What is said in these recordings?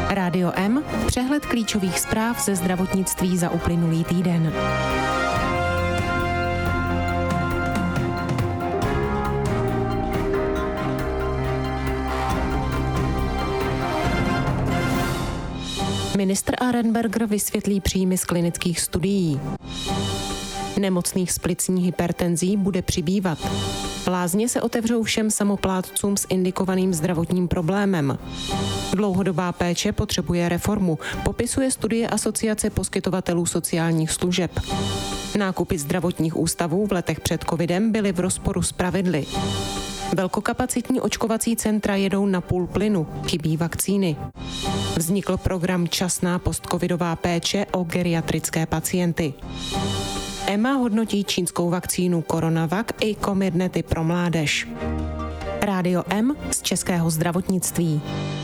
Rádio M, přehled klíčových zpráv ze zdravotnictví za uplynulý týden. Ministr Arenberger vysvětlí příjmy z klinických studií. Nemocných s plicní hypertenzí bude přibývat. Lázně se otevřou všem samoplátcům s indikovaným zdravotním problémem. Dlouhodobá péče potřebuje reformu, popisuje studie Asociace poskytovatelů sociálních služeb. Nákupy zdravotních ústavů v letech před covidem byly v rozporu s pravidly. Velkokapacitní očkovací centra jedou na půl plynu, chybí vakcíny. Vznikl program Časná postcovidová péče o geriatrické pacienty. EMA hodnotí čínskou vakcínu Coronavac i Comirnaty pro mládež. Rádio M z českého zdravotnictví.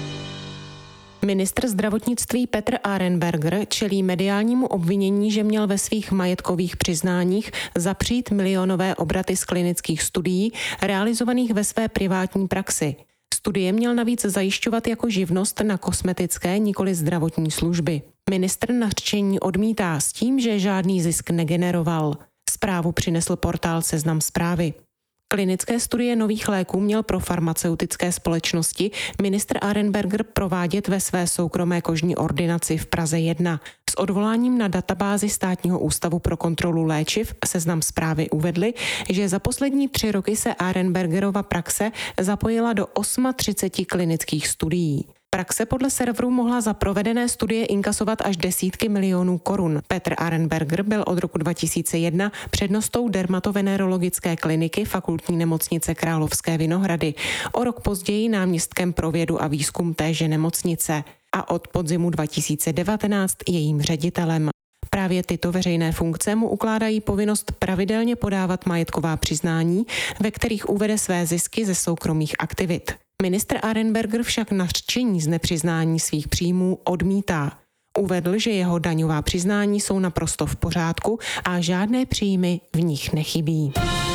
Ministr zdravotnictví Petr Arenberger čelí mediálnímu obvinění, že měl ve svých majetkových přiznáních zapřít milionové obraty z klinických studií realizovaných ve své privátní praxi. Studie měl navíc zajišťovat jako živnost na kosmetické, nikoli zdravotní služby. Ministr nařčení odmítá s tím, že žádný zisk negeneroval. Zprávu přinesl portál Seznam Zprávy. Klinické studie nových léků měl pro farmaceutické společnosti ministr Arenberger provádět ve své soukromé kožní ordinaci v Praze 1. S odvoláním na databázi Státního ústavu pro kontrolu léčiv Seznam Zprávy uvedli, že za poslední 3 roky se Arenbergerova praxe zapojila do 38 klinických studií. Praxe podle serveru mohla za provedené studie inkasovat až desítky milionů korun. Petr Arenberger byl od roku 2001 přednostou dermatovenerologické kliniky Fakultní nemocnice Královské Vinohrady. O rok později náměstkem pro vědu a výzkum téže nemocnice a od podzimu 2019 jejím ředitelem. Právě tyto veřejné funkce mu ukládají povinnost pravidelně podávat majetková přiznání, ve kterých uvede své zisky ze soukromých aktivit. Ministr Arenberger však nařčení z nepřiznání svých příjmů odmítá. Uvedl, že jeho daňová přiznání jsou naprosto v pořádku a žádné příjmy v nich nechybí.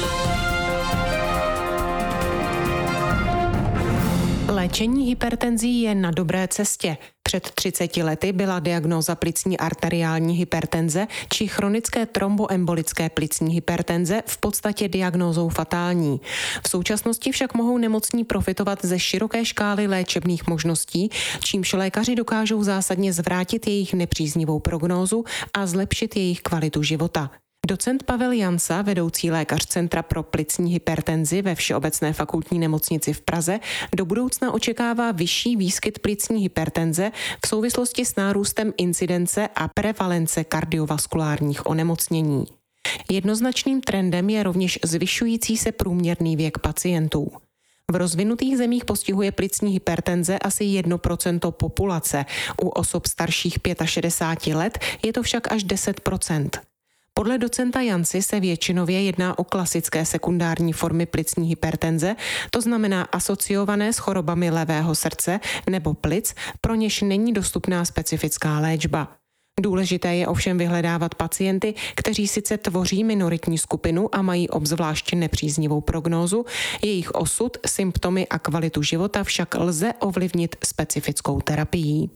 Léčení hypertenzí je na dobré cestě. Před 30 lety byla diagnóza plicní arteriální hypertenze či chronické tromboembolické plicní hypertenze v podstatě diagnózou fatální. V současnosti však mohou nemocní profitovat ze široké škály léčebných možností, čímž lékaři dokážou zásadně zvrátit jejich nepříznivou prognózu a zlepšit jejich kvalitu života. Docent Pavel Jansa, vedoucí lékař Centra pro plicní hypertenzi ve Všeobecné fakultní nemocnici v Praze, do budoucna očekává vyšší výskyt plicní hypertenze v souvislosti s nárůstem incidence a prevalence kardiovaskulárních onemocnění. Jednoznačným trendem je rovněž zvyšující se průměrný věk pacientů. V rozvinutých zemích postihuje plicní hypertenze asi 1% populace, u osob starších 65 let je to však až 10%. Podle docenta Jansy se většinově jedná o klasické sekundární formy plicní hypertenze, to znamená asociované s chorobami levého srdce nebo plic, pro něž není dostupná specifická léčba. Důležité je ovšem vyhledávat pacienty, kteří sice tvoří minoritní skupinu a mají obzvlášť nepříznivou prognózu, jejich osud, symptomy a kvalitu života však lze ovlivnit specifickou terapií.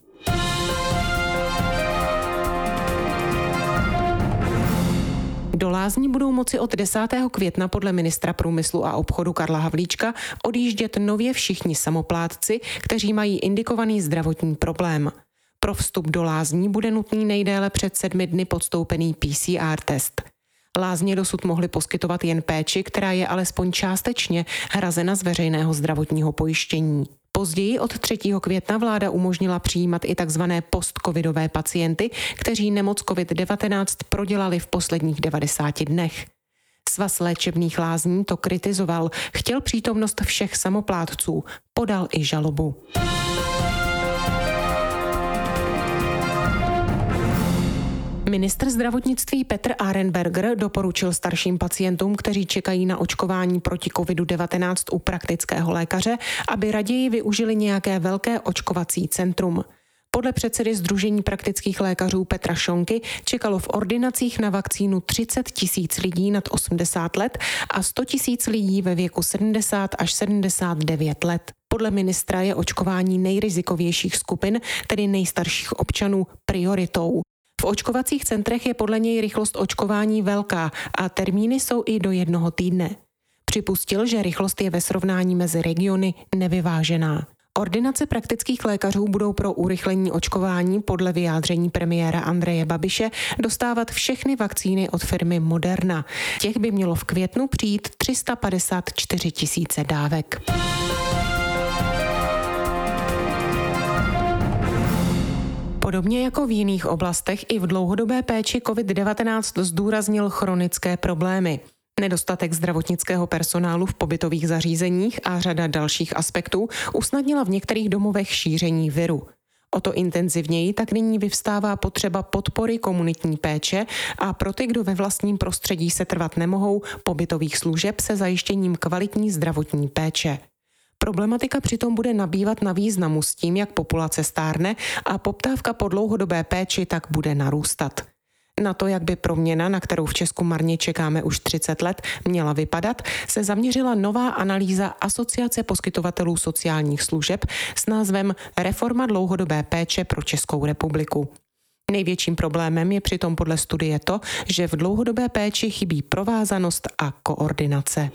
Do lázní budou moci od 10. května podle ministra průmyslu a obchodu Karla Havlíčka odjíždět nově všichni samoplátci, kteří mají indikovaný zdravotní problém. Pro vstup do lázní bude nutný nejdéle před 7 dny podstoupený PCR test. Lázně dosud mohly poskytovat jen péči, která je alespoň částečně hrazena z veřejného zdravotního pojištění. Později od 3. května vláda umožnila přijímat i tzv. Postcovidové pacienty, kteří nemoc COVID-19 prodělali v posledních 90 dnech. Svaz léčebných lázní to kritizoval, chtěl přítomnost všech samoplátců, podal i žalobu. Ministr zdravotnictví Petr Arenberger doporučil starším pacientům, kteří čekají na očkování proti COVID-19 u praktického lékaře, aby raději využili nějaké velké očkovací centrum. Podle předsedy Sdružení praktických lékařů Petra Šonky čekalo v ordinacích na vakcínu 30 000 lidí nad 80 let a 100 000 lidí ve věku 70 až 79 let. Podle ministra je očkování nejrizikovějších skupin, tedy nejstarších občanů, prioritou. V očkovacích centrech je podle něj rychlost očkování velká a termíny jsou i do 1 týdne. Připustil, že rychlost je ve srovnání mezi regiony nevyvážená. Ordinace praktických lékařů budou pro urychlení očkování podle vyjádření premiéra Andreje Babiše dostávat všechny vakcíny od firmy Moderna. Těch by mělo v květnu přijít 354 000 dávek. Podobně jako v jiných oblastech i v dlouhodobé péči COVID-19 zdůraznil chronické problémy. Nedostatek zdravotnického personálu v pobytových zařízeních a řada dalších aspektů usnadnila v některých domovech šíření viru. O to intenzivněji tak nyní vyvstává potřeba podpory komunitní péče a pro ty, kdo ve vlastním prostředí se trvat nemohou, pobytových služeb se zajištěním kvalitní zdravotní péče. Problematika přitom bude nabývat na významu s tím, jak populace stárne a poptávka po dlouhodobé péči tak bude narůstat. Na to, jak by proměna, na kterou v Česku marně čekáme už 30 let, měla vypadat, se zaměřila nová analýza Asociace poskytovatelů sociálních služeb s názvem Reforma dlouhodobé péče pro Českou republiku. Největším problémem je přitom podle studie to, že v dlouhodobé péči chybí provázanost a koordinace.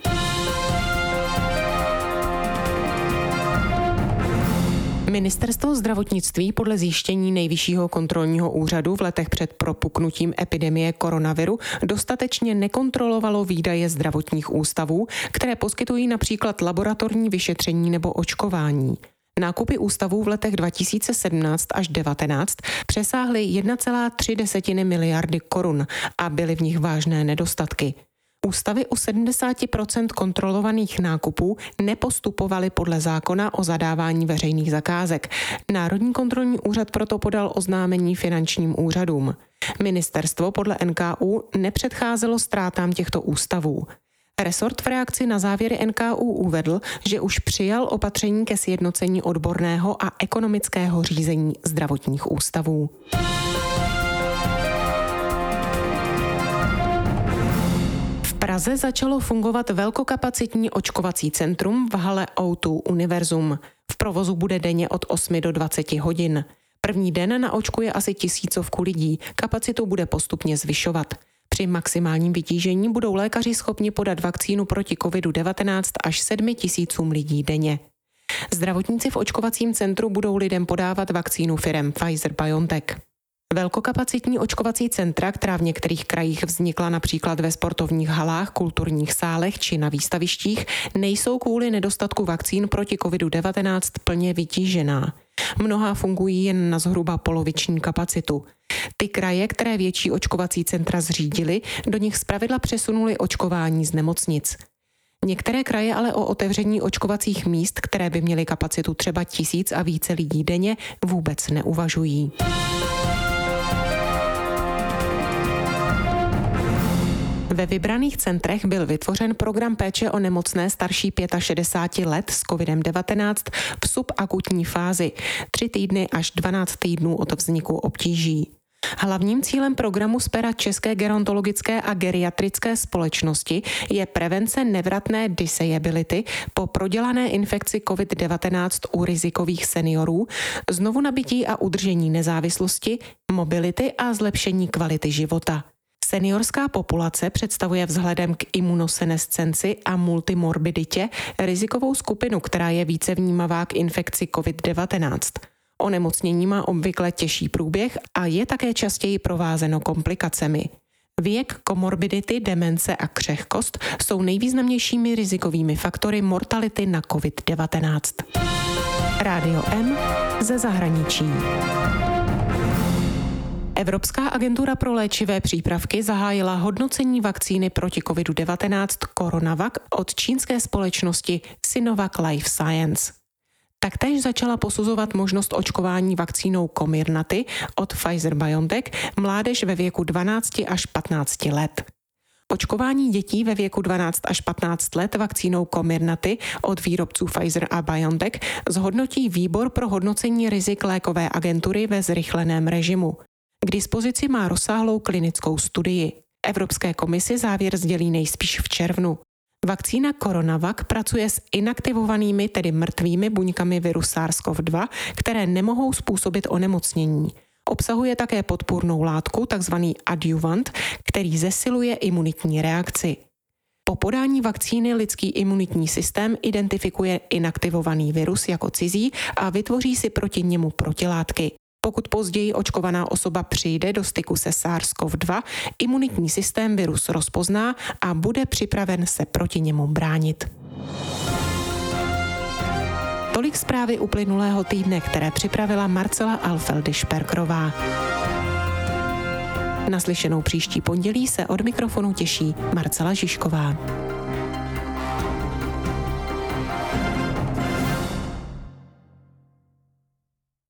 Ministerstvo zdravotnictví podle zjištění Nejvyššího kontrolního úřadu v letech před propuknutím epidemie koronaviru dostatečně nekontrolovalo výdaje zdravotních ústavů, které poskytují například laboratorní vyšetření nebo očkování. Nákupy ústavů v letech 2017 až 2019 přesáhly 1,3 miliardy korun a byly v nich vážné nedostatky. Ústavy u 70% kontrolovaných nákupů nepostupovaly podle zákona o zadávání veřejných zakázek. Národní kontrolní úřad proto podal oznámení finančním úřadům. Ministerstvo podle NKÚ nepředcházelo ztrátám těchto ústavů. Resort v reakci na závěry NKÚ uvedl, že už přijal opatření ke sjednocení odborného a ekonomického řízení zdravotních ústavů. V Praze začalo fungovat velkokapacitní očkovací centrum v hale O2 Univerzum. V provozu bude denně od 8 do 20 hodin. První den naočkuje asi 1000 lidí, kapacitu bude postupně zvyšovat. Při maximálním vytížení budou lékaři schopni podat vakcínu proti COVID-19 až 7 000 lidí denně. Zdravotníci v očkovacím centru budou lidem podávat vakcínu firem Pfizer-BioNTech. Velkokapacitní očkovací centra, která v některých krajích vznikla například ve sportovních halách, kulturních sálech či na výstavištích, nejsou kvůli nedostatku vakcín proti COVID-19 plně vytížená. Mnohá fungují jen na zhruba poloviční kapacitu. Ty kraje, které větší očkovací centra zřídily, do nich zpravidla přesunuli očkování z nemocnic. Některé kraje ale o otevření očkovacích míst, které by měly kapacitu třeba 1000 a více lidí denně, vůbec neuvažují. Ve vybraných centrech byl vytvořen program péče o nemocné starší 65 let s COVID-19 v subakutní fázi, 3 týdny až 12 týdnů od vzniku obtíží. Hlavním cílem programu z pera České gerontologické a geriatrické společnosti je prevence nevratné disability po prodělané infekci COVID-19 u rizikových seniorů, znovu nabití a udržení nezávislosti, mobility a zlepšení kvality života. Seniorská populace představuje vzhledem k imunosenescenci a multimorbiditě rizikovou skupinu, která je více vnímavá k infekci COVID-19. Onemocnění má obvykle těžší průběh a je také častěji provázeno komplikacemi. Věk, komorbidity, demence a křehkost jsou nejvýznamnějšími rizikovými faktory mortality na COVID-19. Rádio M ze zahraničí. Evropská agentura pro léčivé přípravky zahájila hodnocení vakcíny proti COVID-19 CoronaVac od čínské společnosti Sinovac Life Science. Taktéž začala posuzovat možnost očkování vakcínou Comirnaty od Pfizer-BioNTech mládež ve věku 12 až 15 let. Očkování dětí ve věku 12 až 15 let vakcínou Comirnaty od výrobců Pfizer a BioNTech zhodnotí Výbor pro hodnocení rizik lékové agentury ve zrychleném režimu. K dispozici má rozsáhlou klinickou studii. Evropské komisi závěr sdělí nejspíš v červnu. Vakcína CoronaVac pracuje s inaktivovanými, tedy mrtvými buňkami viru SARS-CoV-2, které nemohou způsobit onemocnění. Obsahuje také podpůrnou látku, takzvaný adjuvant, který zesiluje imunitní reakci. Po podání vakcíny lidský imunitní systém identifikuje inaktivovaný virus jako cizí a vytvoří si proti němu protilátky. Pokud později očkovaná osoba přijde do styku se SARS-CoV-2, imunitní systém virus rozpozná a bude připraven se proti němu bránit. Tolik zprávy uplynulého týdne, které připravila Marcela Alfeldy-Šperkrová. Naslyšenou příští pondělí se od mikrofonu těší Marcela Žižková.